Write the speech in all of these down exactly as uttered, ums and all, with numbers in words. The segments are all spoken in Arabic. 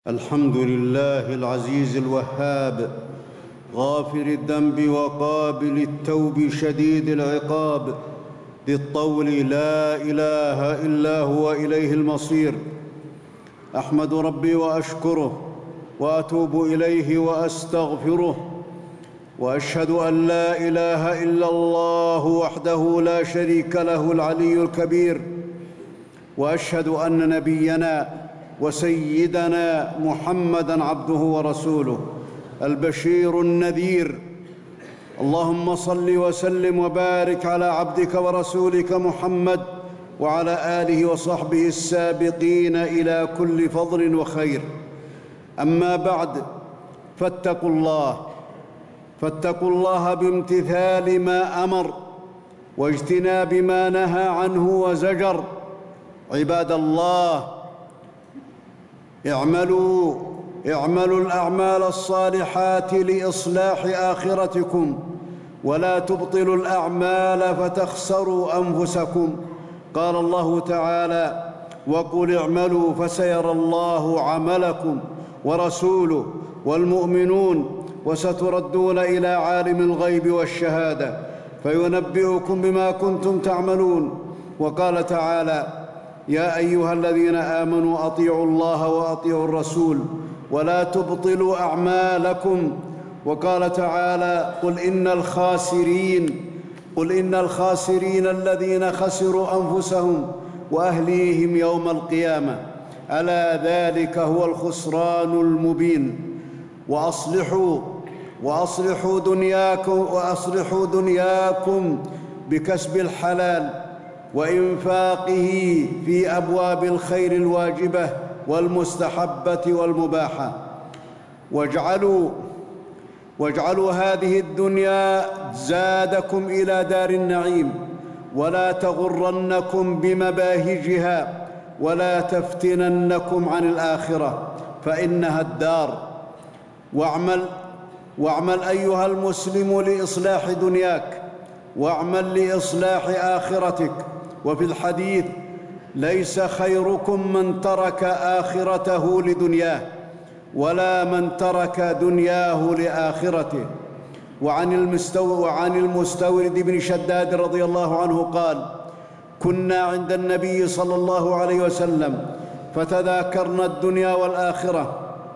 الحمد لله العزيز الوهاب غافر الذنب وقابل التوب شديد العقاب ذي الطول لا إله إلا هو إليه المصير. أحمد ربي وأشكره وأتوب إليه وأستغفره، وأشهد أن لا إله إلا الله وحده لا شريك له العلي الكبير، وأشهد أن نبينا وسيدنا محمدًا عبده ورسوله البشير النذير. اللهم صل وسلم وبارك على عبدك ورسولك محمد وعلى آله وصحبه السابقين إلى كل فضل وخير. أما بعد، فاتقوا الله فاتقوا الله بامتثال ما أمر واجتناب ما نهى عنه وزجر. عباد الله، اعملوا اعملوا الأعمال الصالحات لإصلاح آخرتكم، ولا تبطلوا الأعمال فتخسروا أنفسكم. قال الله تعالى: وقل اعملوا فسيرى الله عملكم ورسوله والمؤمنون وستردون إلى عالم الغيب والشهادة فينبئكم بما كنتم تعملون. وقال تعالى: يا أيها الذين آمنوا أطيعوا الله وأطيعوا الرسول ولا تبطلوا أعمالكم. وقال تعالى: قل إن الخاسرين قل إن الخاسرين الذين خسروا أنفسهم وأهليهم يوم القيامة، ألا ذلك هو الخسران المبين. وأصلحوا وأصلحوا دنياكم وأصلحوا دنياكم بكسب الحلال وإنفاقه في أبواب الخير الواجبة والمستحبة والمباحة. واجعلوا واجعلوا هذه الدنيا زادكم إلى دار النعيم، ولا تغرنكم بمباهجها، ولا تفتننكم عن الآخرة فإنها الدار. واعمل واعمل أيها المسلم لإصلاح دنياك، واعمل لإصلاح آخرتك. وفي الحديث: ليس خيركم من ترك آخرته لدنياه، ولا من ترك دنياه لآخرته. وعن المستورد بن شداد رضي الله عنه قال: كنا عند النبي صلى الله عليه وسلم فتذاكرنا الدنيا والآخرة،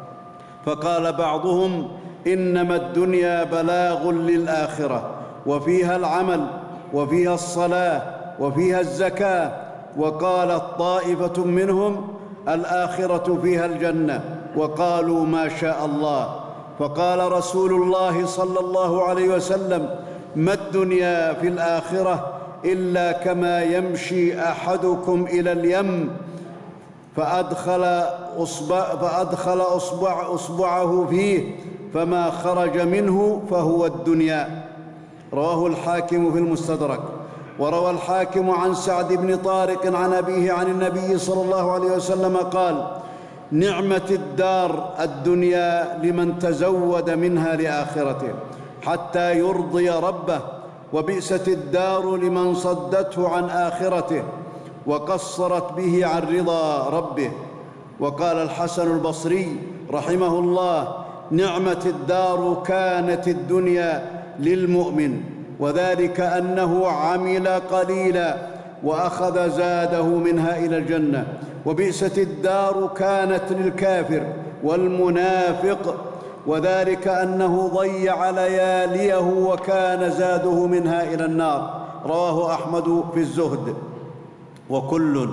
فقال بعضهم: إنما الدنيا بلاغ للآخرة، وفيها العمل وفيها الصلاة وفيها الزكاة. وقالت طائفة منهم: الآخرة فيها الجنة، وقالوا: ما شاء الله. فقال رسول الله صلى الله عليه وسلم: ما الدنيا في الآخرة إلا كما يمشي أحدكم إلى اليم فأدخل, أصبع فأدخل أصبع أصبعه فيه فما خرج منه فهو الدنيا. رواه الحاكم في المستدرك. وروى الحاكم عن سعد بن طارق عن أبيه عن النبي صلى الله عليه وسلم قال: نعمة الدار الدنيا لمن تزود منها لآخرته حتى يرضي ربه، وبئست الدار لمن صدته عن آخرته وقصرت به عن رضا ربه. وقال الحسن البصري رحمه الله: نعمة الدار كانت الدنيا للمؤمن، وذلك أنه عمل قليلا وأخذ زاده منها إلى الجنة. وبئست الدار كانت للكافر والمنافق، وذلك أنه ضيع لياليه وكان زاده منها إلى النار. رواه أحمد في الزهد. وكل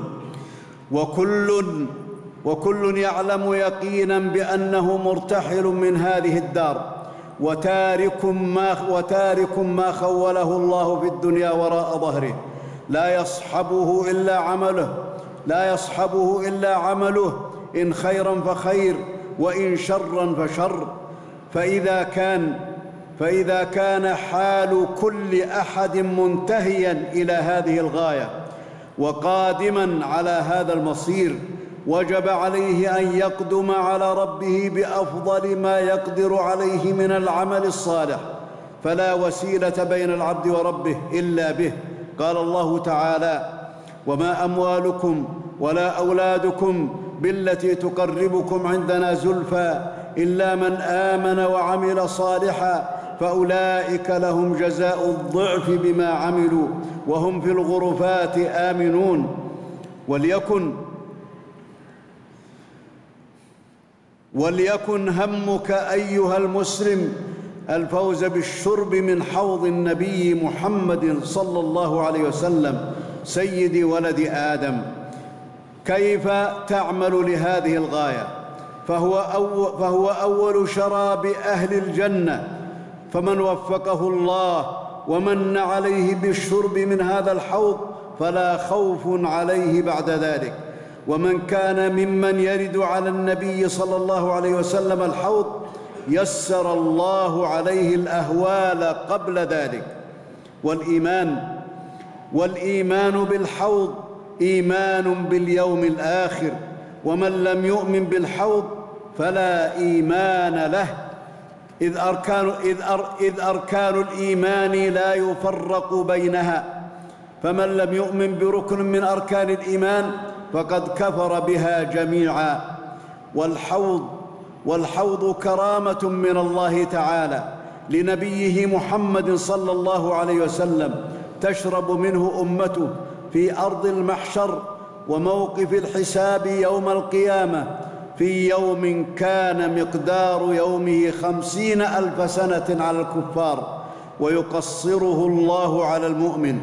وكل وكل يعلم يقينا بأنه مرتحل من هذه الدار وتارك ما, وتارك ما خوله الله في الدنيا وراء ظهره، لا يصحبه إلا عمله لا يصحبه إلا عمله إن خيرا فخير وإن شرا فشر. فإذا كان فإذا كان حال كل أحد منتهيا إلى هذه الغاية وقادما على هذا المصير، وجب عليه أن يقدم على ربه بأفضل ما يقدر عليه من العمل الصالح، فلا وسيلة بين العبد وربه إلا به. قال الله تعالى: وما أموالكم ولا أولادكم بالتي تقربكم عندنا زلفى إلا من آمن وعمل صالحا فأولئك لهم جزاء الضعف بما عملوا وهم في الغرفات آمنون. وليكن وليكن همك أيها المسلم الفوز بالشرب من حوض النبي محمد صلى الله عليه وسلم سيد ولد آدم. كيف تعمل لهذه الغاية؟ فهو أول, فهو أول شراب أهل الجنة، فمن وفقه الله ومن عليه بالشرب من هذا الحوض فلا خوف عليه بعد ذلك. ومن كان ممن يرد على النبي صلى الله عليه وسلم الحوض يسر الله عليه الأهوال قبل ذلك. والإيمان والإيمان بالحوض إيمان باليوم الآخر، ومن لم يؤمن بالحوض فلا إيمان له، إذ أركان, إذ أر إذ أركان الإيمان لا يفرق بينها، فمن لم يؤمن بركن من أركان الإيمان فقد كفر بها جميعا. والحوض والحوض كرامة من الله تعالى لنبيه محمد صلى الله عليه وسلم تشرب منه أمته في أرض المحشر وموقف الحساب يوم القيامة، في يوم كان مقدار يومه خمسين ألف سنة على الكفار ويقصره الله على المؤمن.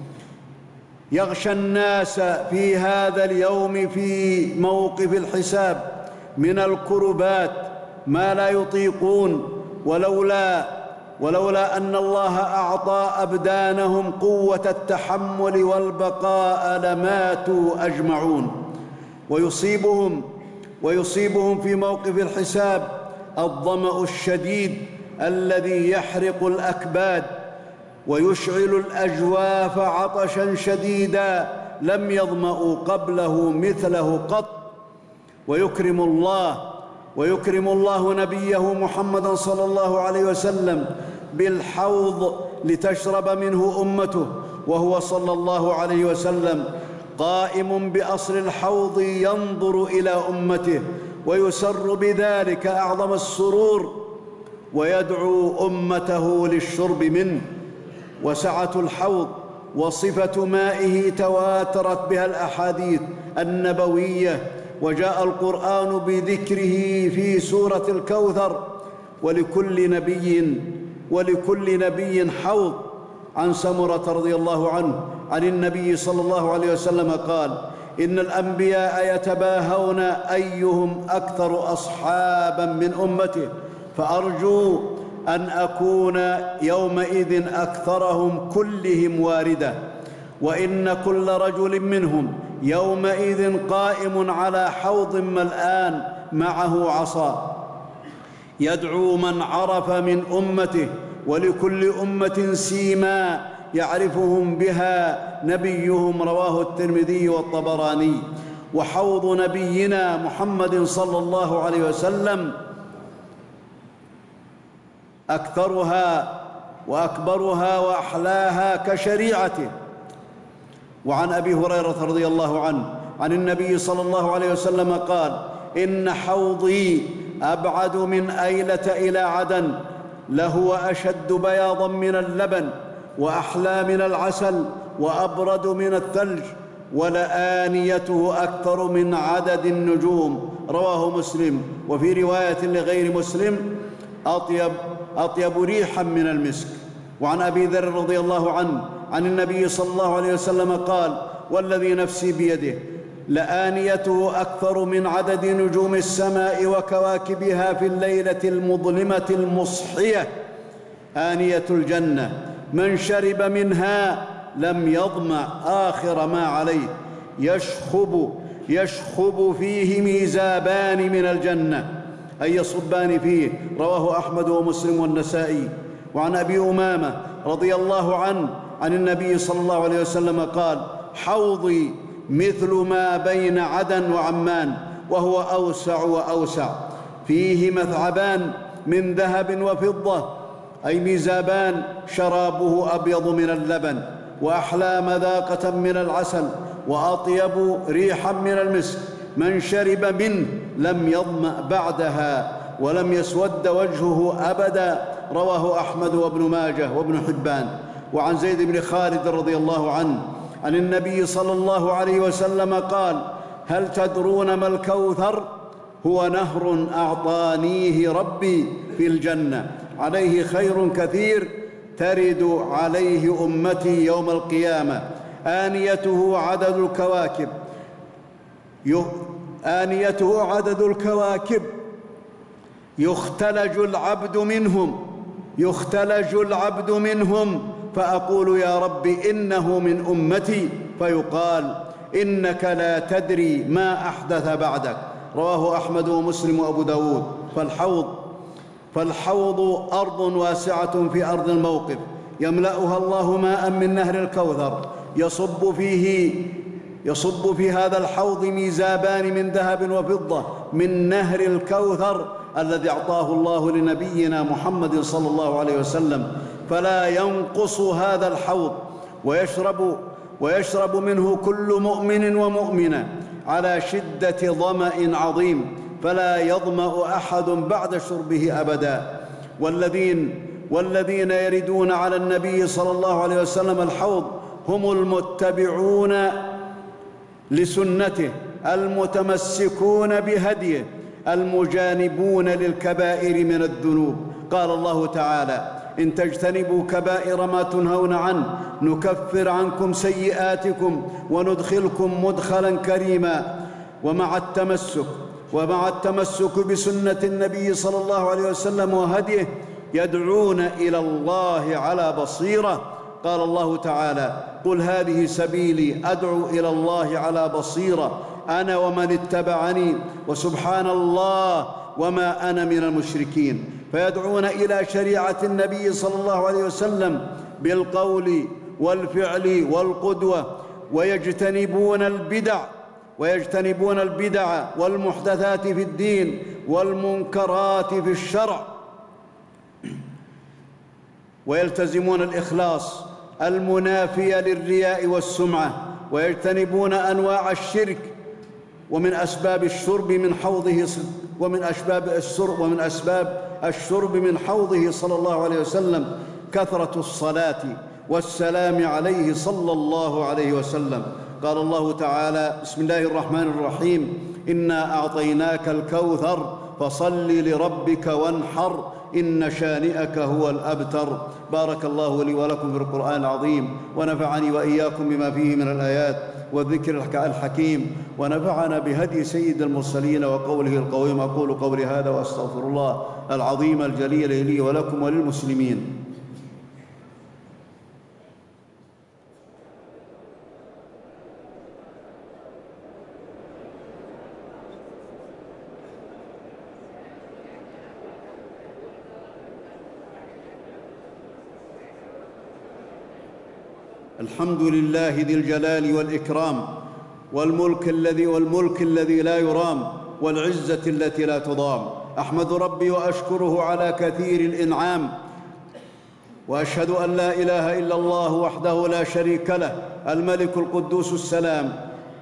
يغشى الناس في هذا اليوم في موقف الحساب من الكربات ما لا يطيقون، ولولا ولولا أن الله أعطى أبدانهم قوة التحمل والبقاء لماتوا أجمعون. ويصيبهم ويصيبهم في موقف الحساب الظمأ الشديد الذي يحرق الأكباد ويشعل الأجواف عطشا شديدا لم يظمأوا قبله مثله قط. ويكرم الله ويكرم الله نبيه محمدا صلى الله عليه وسلم بالحوض لتشرب منه أمته، وهو صلى الله عليه وسلم قائم بأصل الحوض ينظر إلى أمته ويسر بذلك أعظم السرور، ويدعو أمته للشرب منه. وسعة الحوض وصفة مائه تواترت بها الأحاديث النبوية، وجاء القرآن بذكره في سورة الكوثر. ولكل نبي ولكل نبي حوض. عن سمرة رضي الله عنه عن النبي صلى الله عليه وسلم قال: إن الأنبياء يتباهون أيهم أكثر أصحابا من أمته، فأرجو أن أكون يومئذ أكثرهم كلهم واردة، وإن كل رجل منهم يومئذ قائم على حوض ملآن معه عصا يدعو من عرف من أمته، ولكل أمة سيما يعرفهم بها نبيهم. رواه الترمذي والطبراني. وحوض نبينا محمد صلى الله عليه وسلم أكثرها وأكبرها وأحلاها كشريعته. وعن أبي هريرة رضي الله عنه عن النبي صلى الله عليه وسلم قال: إن حوضي أبعد من أيلة إلى عدن، لهو أشد بياضا من اللبن وأحلى من العسل وأبرد من الثلج، ولآنيته أكثر من عدد النجوم. رواه مسلم. وفي رواية لغير مسلم: أطيب, أطيب ريحا من المسك. وعن أبي ذر رضي الله عنه عن النبي صلى الله عليه وسلم قال: والذي نفسي بيده لآنيته أكثر من عدد نجوم السماء وكواكبها في الليلة المظلمة المصحية. آنية الجنة من شرب منها لم يظمأ آخر ما عليه، يشخب يشخب فيه ميزابان من الجنة، أي يصبان فيه. رواه أحمد ومسلم والنسائي. وعن أبي أمامة رضي الله عنه عن النبي صلى الله عليه وسلم قال: حوضي مثل ما بين عدن وعمان، وهو أوسع وأوسع، فيه مثعبان من ذهب وفضة، أي ميزابان، شرابه أبيض من اللبن وأحلى مذاقة من العسل وأطيب ريحا من المسك، من شرب منه لم يظمأ بعدها ولم يسود وجهه أبدا. رواه أحمد وابن ماجه وابن حبان. وعن زيد بن خالد رضي الله عنه عن النبي صلى الله عليه وسلم قال: هل تدرون ما الكوثر؟ هو نهر أعطانيه ربي في الجنة، عليه خير كثير، ترد عليه أمتي يوم القيامة، آنيته عدد الكواكب آنيته عدد الكواكب يختلج العبد منهم يختلج العبد منهم فأقول: يا رب إنه من أمتي، فيقال: إنك لا تدري ما أحدث بعدك. رواه أحمد ومسلم وأبو داود. فالحوض فالحوض أرض واسعة في أرض الموقف، يملأها الله ماء من نهر الكوثر، يصب فيه يصب في هذا الحوض ميزابان من ذهب وفضة من نهر الكوثر الذي أعطاه الله لنبينا محمد صلى الله عليه وسلم، فلا ينقص هذا الحوض، ويشرب ويشرب منه كل مؤمن ومؤمنة على شدة ظمأ عظيم، فلا يظمأ أحد بعد شربه أبدا. والذين والذين يردون على النبي صلى الله عليه وسلم الحوض هم المتبعون لسنته، المتمسكون بهديه، المجانبون للكبائر من الذنوب. قال الله تعالى: إن تجتنبوا كبائر ما تنهون عنه نكفر عنكم سيئاتكم وندخلكم مدخلا كريما. ومع التمسك ومع التمسك بسنة النبي صلى الله عليه وسلم وهديه يدعون إلى الله على بصيرة. قال الله تعالى: قل هذه سبيلي أدعو إلى الله على بصيرة أنا ومن اتبعني وسبحان الله وما أنا من المشركين. فيدعون إلى شريعة النبي صلى الله عليه وسلم بالقول والفعل والقدوة، ويجتنبون البدع ويجتنبون البدع والمحدثات في الدين والمنكرات في الشرع، ويلتزمون الإخلاص المنافي للرياء والسمعة، ويجتنبون أنواع الشرك. ومن أسباب الشرب من حوضه ومن أسباب الشرب ومن أسباب الشرب من حوضه صلى الله عليه وسلم كثرة الصلاة والسلام عليه صلى الله عليه وسلم. قال الله تعالى: بسم الله الرحمن الرحيم: إنا أعطيناك الكوثر فصل لربك وانحر إن شانئك هو الأبتر. بارك الله لي ولكم في القرآن العظيم، ونفعني وإياكم بما فيه من الآيات والذكر الحكيم، ونفعنا بهدي سيد المرسلين وقوله القويم. أقول قولي هذا وأستغفر الله العظيم الجليل لي ولكم وللمسلمين. الحمد لله ذي الجلال والإكرام، والملك الذي والملك الذي لا يرام، والعزة التي لا تضام. أحمد ربي وأشكره على كثير الإنعام، وأشهد أن لا إله إلا الله وحده لا شريك له الملك القدوس السلام،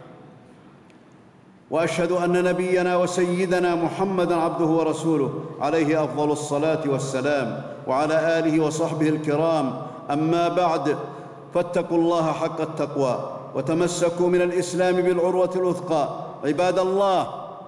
وأشهد أن نبينا وسيدنا محمدًا عبده ورسوله عليه أفضل الصلاة والسلام، وعلى آله وصحبه الكرام. أما بعد، فاتقوا الله حق التقوى وتمسكوا من الإسلام بالعروة الوثقى. عباد الله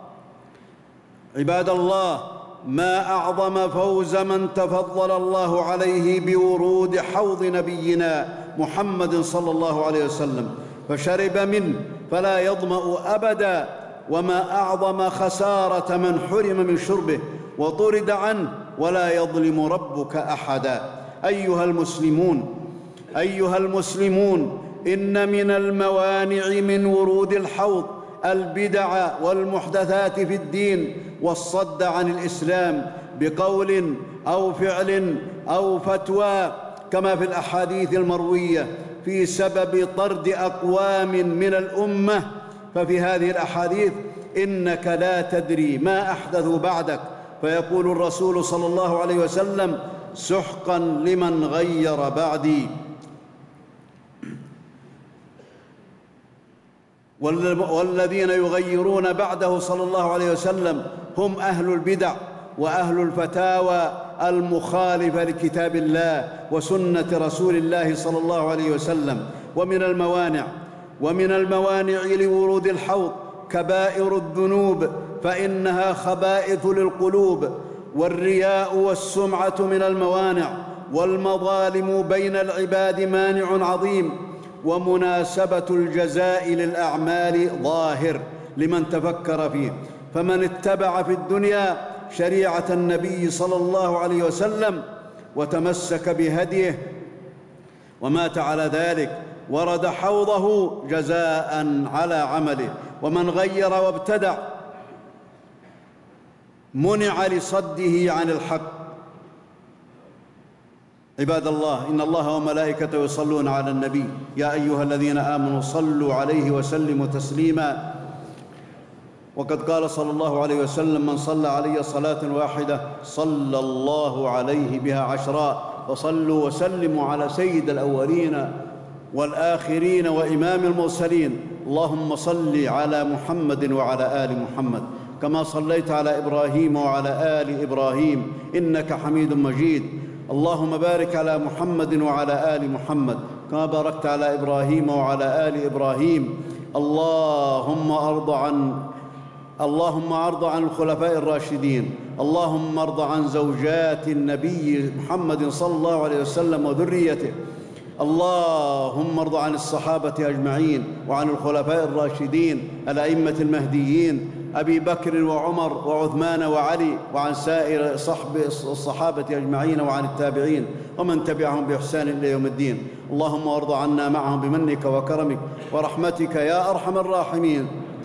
عباد الله ما أعظم فوز من تفضل الله عليه بورود حوض نبينا محمد صلى الله عليه وسلم فشرب منه فلا يظمأ أبدا، وما أعظم خسارة من حرم من شربه وطرد عنه ولا يظلم ربك أحدا. أيها المسلمون أيها المسلمون إن من الموانع من ورود الحوض البدع والمحدثات في الدين والصد عن الإسلام بقول أو فعل أو فتوى، كما في الأحاديث المروية في سبب طرد أقوام من الأمة. ففي هذه الأحاديث: إنك لا تدري ما أحدثوا بعدك، فيقول الرسول صلى الله عليه وسلم: سحقا لمن غير بعدي. والذين يغيرون بعده صلى الله عليه وسلم هم أهل البدع وأهل الفتاوى المخالفة لكتاب الله وسنة رسول الله صلى الله عليه وسلم. ومن الموانع ومن الموانع لورود الحوض كبائر الذنوب، فإنها خبائث للقلوب، والرياء والسمعة من الموانع، والمظالم بين العباد مانع عظيم، ومناسبة الجزاء للأعمال ظاهر لمن تفكر فيه. فمن اتبع في الدنيا شريعة النبي صلى الله عليه وسلم وتمسك بهديه ومات على ذلك ورد حوضه جزاء على عمله. ومن غير وابتدع منع لصده عن الحق. عباد الله، إن الله وملائكته يصلون على النبي يا أيها الذين آمنوا صلوا عليه وسلموا تسليما. وقد قال صلى الله عليه وسلم: من صلى علي صلاة واحدة صلى الله عليه بها عشرا. فصلوا وسلموا على سيد الأولين والآخرين وإمام المرسلين. اللهم صل على محمد وعلى آل محمد كما صليت على إبراهيم وعلى آل إبراهيم إنك حميد مجيد. اللهم بارك على محمد وعلى آل محمد كما باركت على إبراهيم وعلى آل إبراهيم. اللهم أرض عن اللهم أرض عن الخلفاء الراشدين. اللهم أرض عن زوجات النبي محمد صلى الله عليه وسلم وذريته. اللهم ارض عن الصحابة أجمعين وعن الخلفاء الراشدين الأئمة المهديين أبي بكر وعمر وعثمان وعلي، وعن سائر صحب الصحابة أجمعين وعن التابعين ومن تبعهم بإحسان إلى يوم الدين. اللهم وارض عنا معهم بمنك وكرمك ورحمتك يا أرحم الراحمين.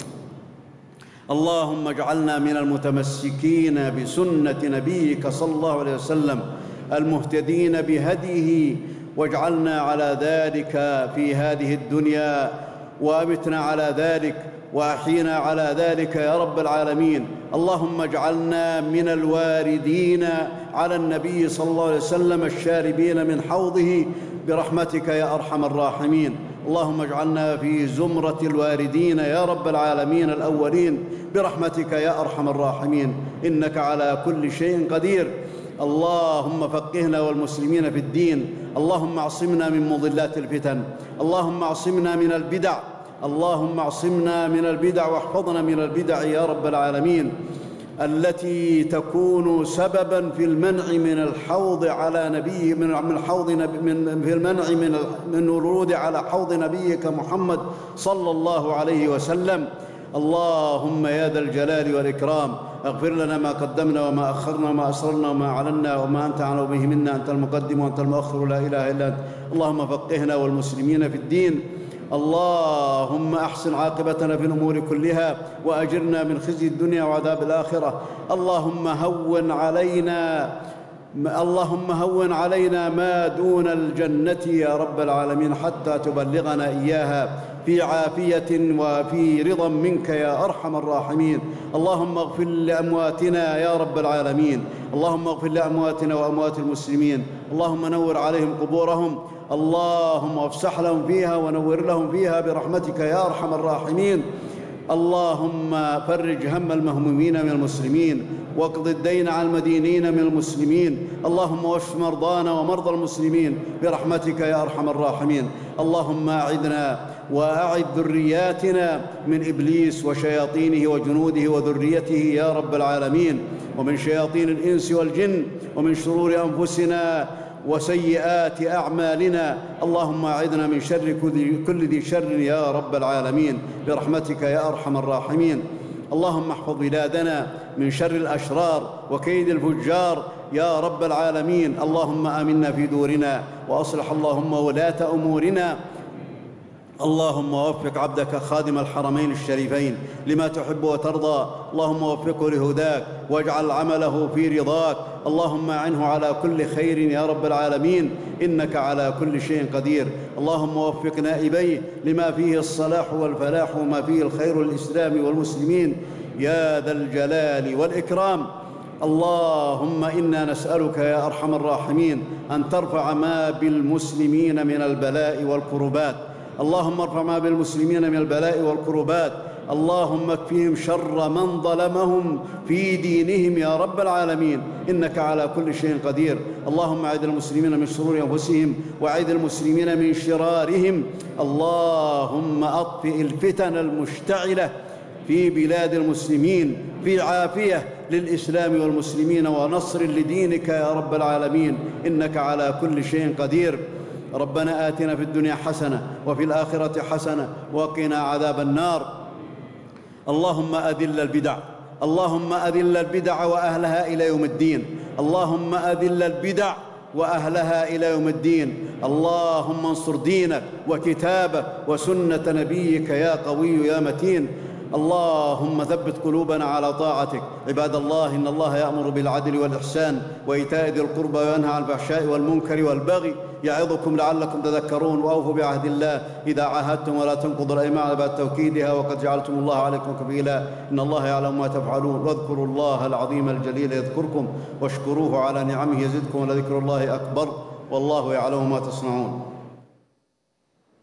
اللهم اجعلنا من المتمسكين بسنة نبيك صلى الله عليه وسلم المهتدين بهديه، واجعلنا على ذلك في هذه الدنيا، وأمتنا على ذلك، وأحينا على ذلك يا رب العالمين. اللهم اجعلنا من الواردين على النبي صلى الله عليه وسلم الشاربين من حوضه برحمتك يا أرحم الراحمين. اللهم اجعلنا في زمرة الواردين يا رب العالمين الأولين برحمتك يا أرحم الراحمين، إنك على كل شيء قدير. اللهم فقهنا والمسلمين في الدين. اللهم اعصمنا من مضلات الفتن. اللهم اعصمنا من البدع. اللهم اعصمنا من البدع واحفظنا من البدع يا رب العالمين التي تكون سببا في المنع من الحوض على نبي من من حوض نبي من في المنع من من الورود على حوض نبيك محمد صلى الله عليه وسلم. اللهم يا ذا الجلال والإكرام اغفر لنا ما قدمنا وما أخرنا وما أسررنا وما أعلنا وما أنت أعلم به منا، أنت المقدم وأنت المؤخر لا إله إلا أنت. اللهم فقهنا والمسلمين في الدين. اللهم أحسن عاقبتنا في الأمور كلها وأجرنا من خزي الدنيا وعذاب الآخرة. اللهم هون علينا اللهم هون علينا ما دون الجنة يا رب العالمين حتى تبلغنا إياها في عافية وفي رضا منك يا أرحم الراحمين. اللهم اغفر لأمواتنا يا رب العالمين. اللهم اغفر لأمواتنا وأموات المسلمين. اللهم نور عليهم قبورهم. اللهم افسح لهم فيها ونور لهم فيها برحمتك يا أرحم الراحمين. اللهم فرج هم المهمومين من المسلمين، واقض الدين عن المدينين من المسلمين. اللهم واشف مرضانا ومرضى المسلمين برحمتك يا أرحم الراحمين. اللهم أعذنا وأعذ ذرياتنا من إبليس وشياطينه وجنوده وذريته يا رب العالمين، ومن شياطين الإنس والجن، ومن شرور أنفسنا وسيئات أعمالنا. اللهم أعذنا من شر كل ذي شر يا رب العالمين برحمتك يا أرحم الراحمين. اللهم احفظ بلادنا من شر الأشرار وكيد الفجار يا رب العالمين. اللهم آمنا في دورنا وأصلح اللهم ولاة أمورنا. اللهم وفق عبدك خادم الحرمين الشريفين لما تحب وترضى. اللهم وفقه لهداك واجعل عمله في رضاك. اللهم أعنه على كل خير يا رب العالمين إنك على كل شيء قدير. اللهم وفق نائبيه لما فيه الصلاح والفلاح وما فيه الخير للإسلام والمسلمين يا ذا الجلال والإكرام. اللهم إنا نسألك يا أرحم الراحمين أن ترفع ما بالمسلمين من البلاء والكربات. اللهم ارفع ما بالمسلمين من البلاء والكربات، اللهم اكفهم شر من ظلمهم في دينهم يا رب العالمين، إنك على كل شيء قدير. اللهم أعذ المسلمين من شرور أنفسهم وأعذ المسلمين من شرارهم. اللهم أطفئ الفتن المشتعلة في بلاد المسلمين في عافية للإسلام والمسلمين ونصر لدينك يا رب العالمين، إنك على كل شيء قدير. ربنا آتنا في الدنيا حسنة وفي الآخرة حسنة وقنا عذاب النار. اللهم أذل البدع، اللهم أذل البدع وأهلها إلى يوم الدين، اللهم أذل البدع وأهلها إلى يوم الدين. اللهم انصر دينك وكتابك وسنة نبيك يا قوي يا متين. اللهم ثبت قلوبنا على طاعتك. عباد الله، إن الله يأمر بالعدل والإحسان وإيتاء ذي القربى وينهى عن الفحشاء والمنكر والبغي يعظكم لعلكم تذكرون. وأوفوا بعهد الله إذا عاهدتم ولا تنقضوا الأيمان بعد توكيدها وقد جعلتم الله عليكم كفيلا. إن الله يعلم ما تفعلون. واذكروا الله العظيم الجليل يذكركم واشكروه على نعمه يزدكم ولذكر الله أكبر والله يعلم ما تصنعون.